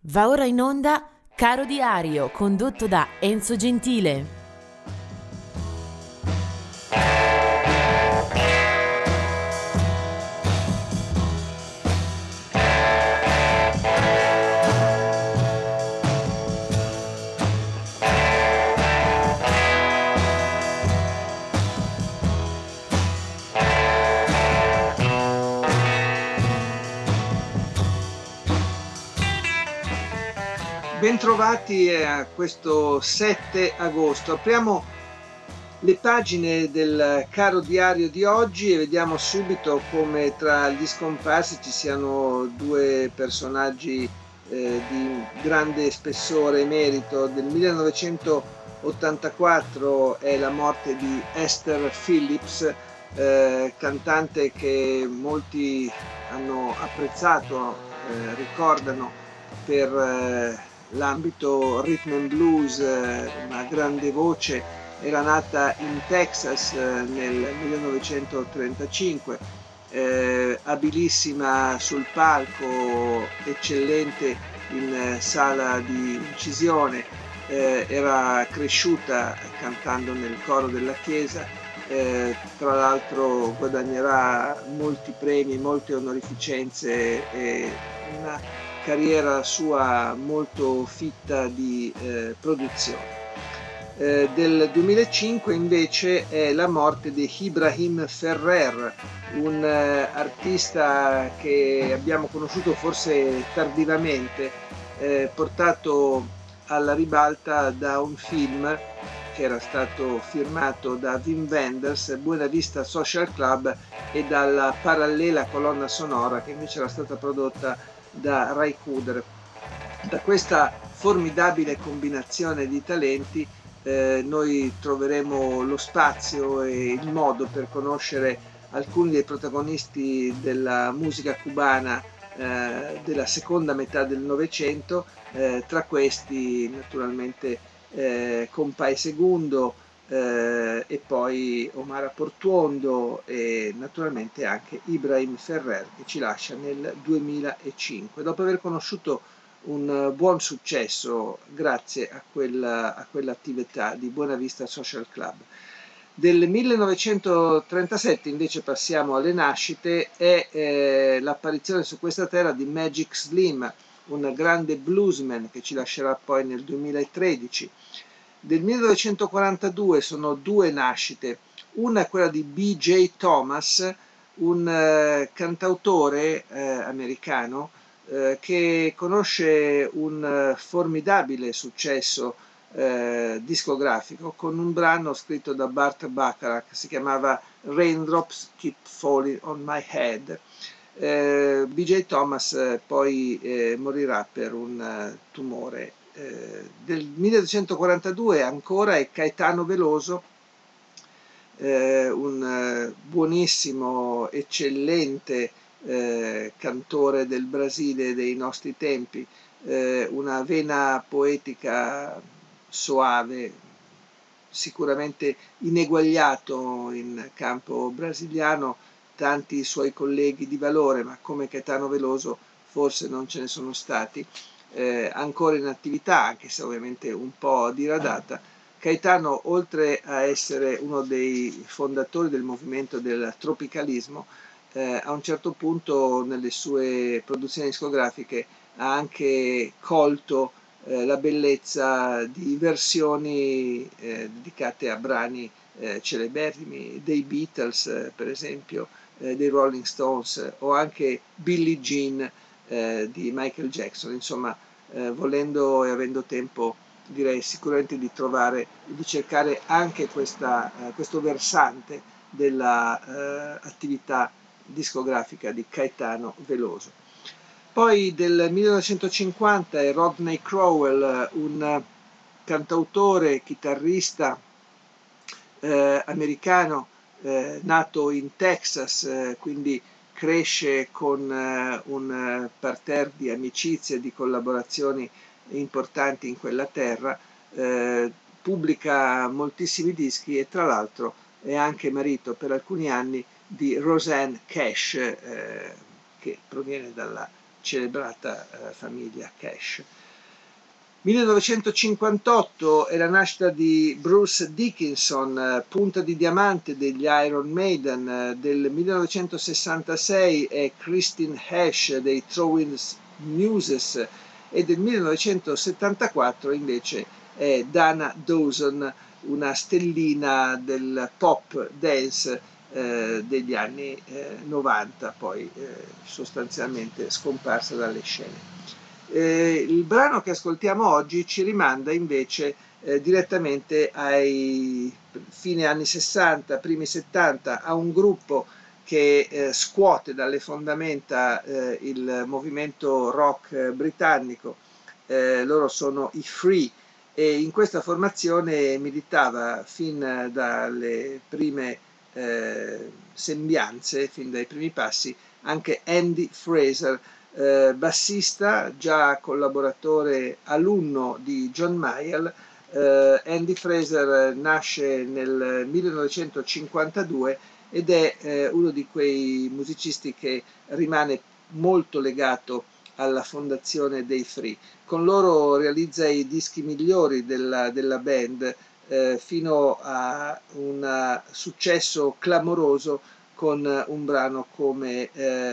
Va ora in onda Caro Diario, condotto da Enzo Gentile. Bentrovati a questo 7 agosto. Apriamo le pagine del Caro Diario di oggi e vediamo subito come tra gli scomparsi ci siano due personaggi di grande spessore e merito. Del 1984 è la morte di Esther Phillips, cantante che molti hanno apprezzato, ricordano per l'ambito rhythm and blues, una grande voce. Era nata in Texas nel 1935, abilissima sul palco, eccellente in sala di incisione, era cresciuta cantando nel coro della chiesa, tra l'altro guadagnerà molti premi, molte onorificenze e una carriera sua molto fitta di produzione. Del 2005 invece è la morte di Ibrahim Ferrer, un artista che abbiamo conosciuto forse tardivamente, portato alla ribalta da un film che era stato firmato da Wim Wenders, Buena Vista Social Club, e dalla parallela colonna sonora che invece era stata prodotta da Ray Cooder. Da questa formidabile combinazione di talenti noi troveremo lo spazio e il modo per conoscere alcuni dei protagonisti della musica cubana della seconda metà del Novecento, tra questi naturalmente Compay Segundo, e poi Omar Portuondo e naturalmente anche Ibrahim Ferrer, che ci lascia nel 2005 dopo aver conosciuto un buon successo grazie a quell'attività di Buena Vista Social Club. Del 1937 invece passiamo alle nascite, è l'apparizione su questa terra di Magic Slim, un grande bluesman che ci lascerà poi nel 2013. Del 1942 sono due nascite, una è quella di B.J. Thomas, un cantautore americano che conosce un formidabile successo discografico con un brano scritto da Burt Bacharach, si chiamava Raindrops Keep Falling on My Head. B.J. Thomas poi morirà per un tumore. Del 1942 ancora è Caetano Veloso, un buonissimo, eccellente cantore del Brasile dei nostri tempi, una vena poetica soave, sicuramente ineguagliato in campo brasiliano, tanti suoi colleghi di valore, ma come Caetano Veloso forse non ce ne sono stati, ancora in attività, anche se ovviamente un po' diradata. Caetano, oltre a essere uno dei fondatori del movimento del tropicalismo, a un certo punto nelle sue produzioni discografiche ha anche colto la bellezza di versioni dedicate a brani celeberrimi dei Beatles, per esempio, dei Rolling Stones, o anche Billie Jean di Michael Jackson. Insomma, volendo e avendo tempo, direi sicuramente di trovare, di cercare anche questo versante dell'attività discografica di Caetano Veloso. Poi del 1950 è Rodney Crowell, un cantautore, chitarrista americano, nato in Texas, quindi cresce con un parterre di amicizie e di collaborazioni importanti in quella terra, pubblica moltissimi dischi e tra l'altro è anche marito per alcuni anni di Rosanne Cash, che proviene dalla celebrata famiglia Cash. 1958 è la nascita di Bruce Dickinson, punta di diamante degli Iron Maiden. Del 1966 è Christine Hash dei Throwing Muses, e del 1974 invece è Dana Dawson, una stellina del pop dance degli anni 90, poi sostanzialmente scomparsa dalle scene. Il brano che ascoltiamo oggi ci rimanda invece direttamente ai fine anni 60, primi 70, a un gruppo che scuote dalle fondamenta il movimento rock britannico. Loro sono i Free, e in questa formazione militava fin dalle prime sembianze, fin dai primi passi, anche Andy Fraser, bassista, già collaboratore, alunno di John Mayall. Andy Fraser nasce nel 1952 ed è uno di quei musicisti che rimane molto legato alla fondazione dei Free. Con loro realizza i dischi migliori della band, fino a un successo clamoroso con un brano come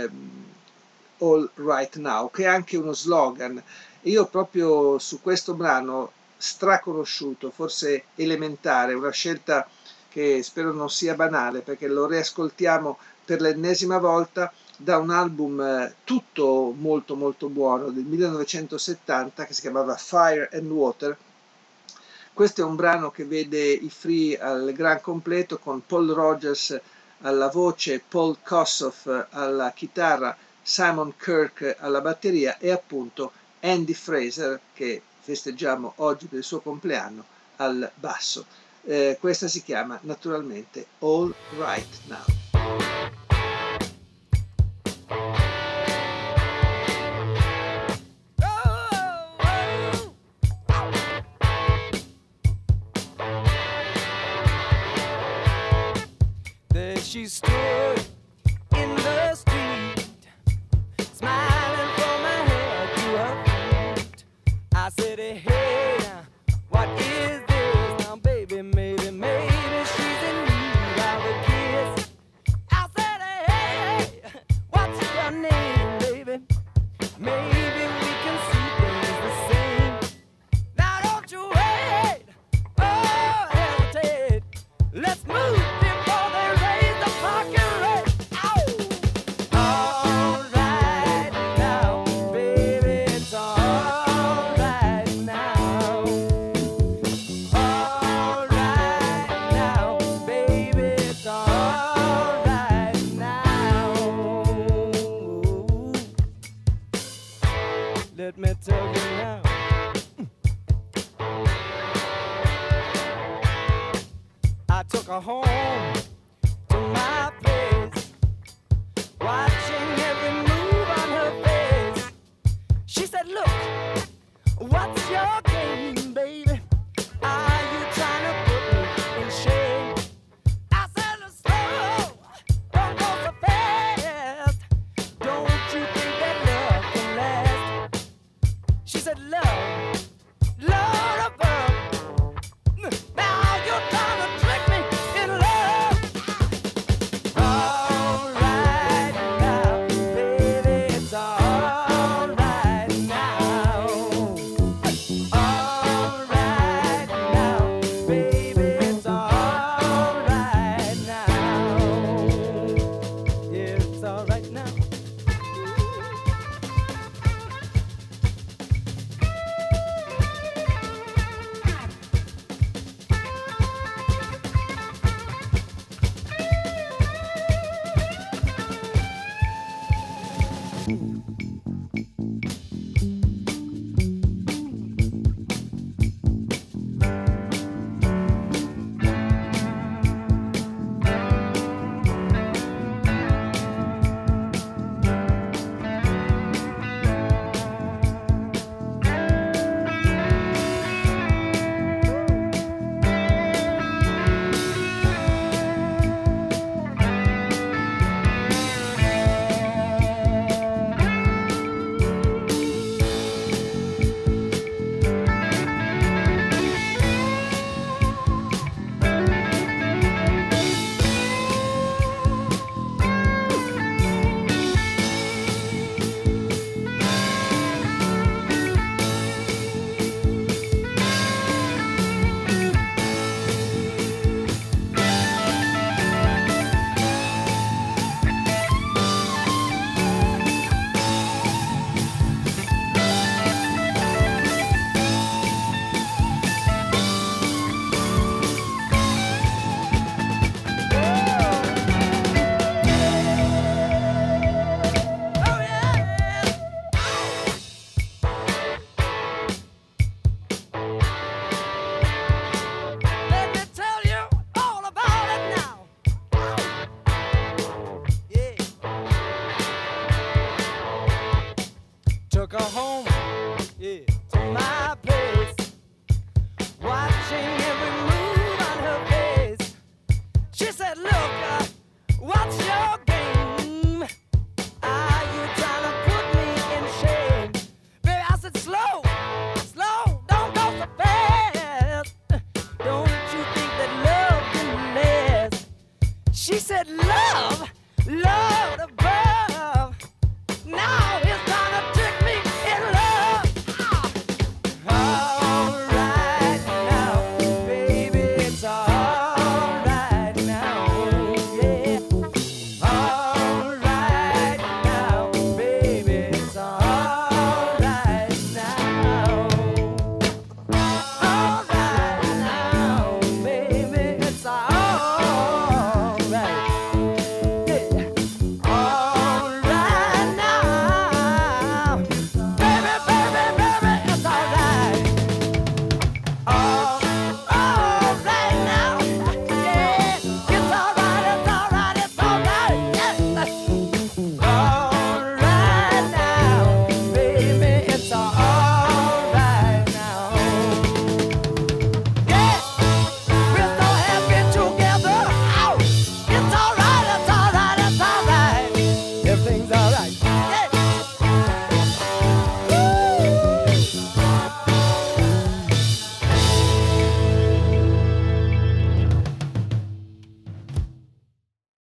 All Right Now, che è anche uno slogan. Io proprio su questo brano straconosciuto, forse elementare, una scelta che spero non sia banale, perché lo riascoltiamo per l'ennesima volta, da un album tutto molto molto buono del 1970 che si chiamava Fire and Water. Questo è un brano che vede i Free al gran completo, con Paul Rogers alla voce, Paul Kossoff alla chitarra, Simon Kirke alla batteria e appunto Andy Fraser, che festeggiamo oggi per il suo compleanno, al basso. Questa si chiama naturalmente All Right Now. She stood in the street, smiling from her head to her feet. I said, hey, what is this now, baby? Maybe she's in need of a kiss. I said, hey, what's your name, baby? Maybe we can see things the same. Now don't you wait, oh, hesitate. Let's move. Let me tell you now. I took her home to my place, watching every move on her face. She said, look, what's your game, baby? Are you trying to put me in shame? I said, slow, don't go so fast. Don't you think that love can last? She said, love, love.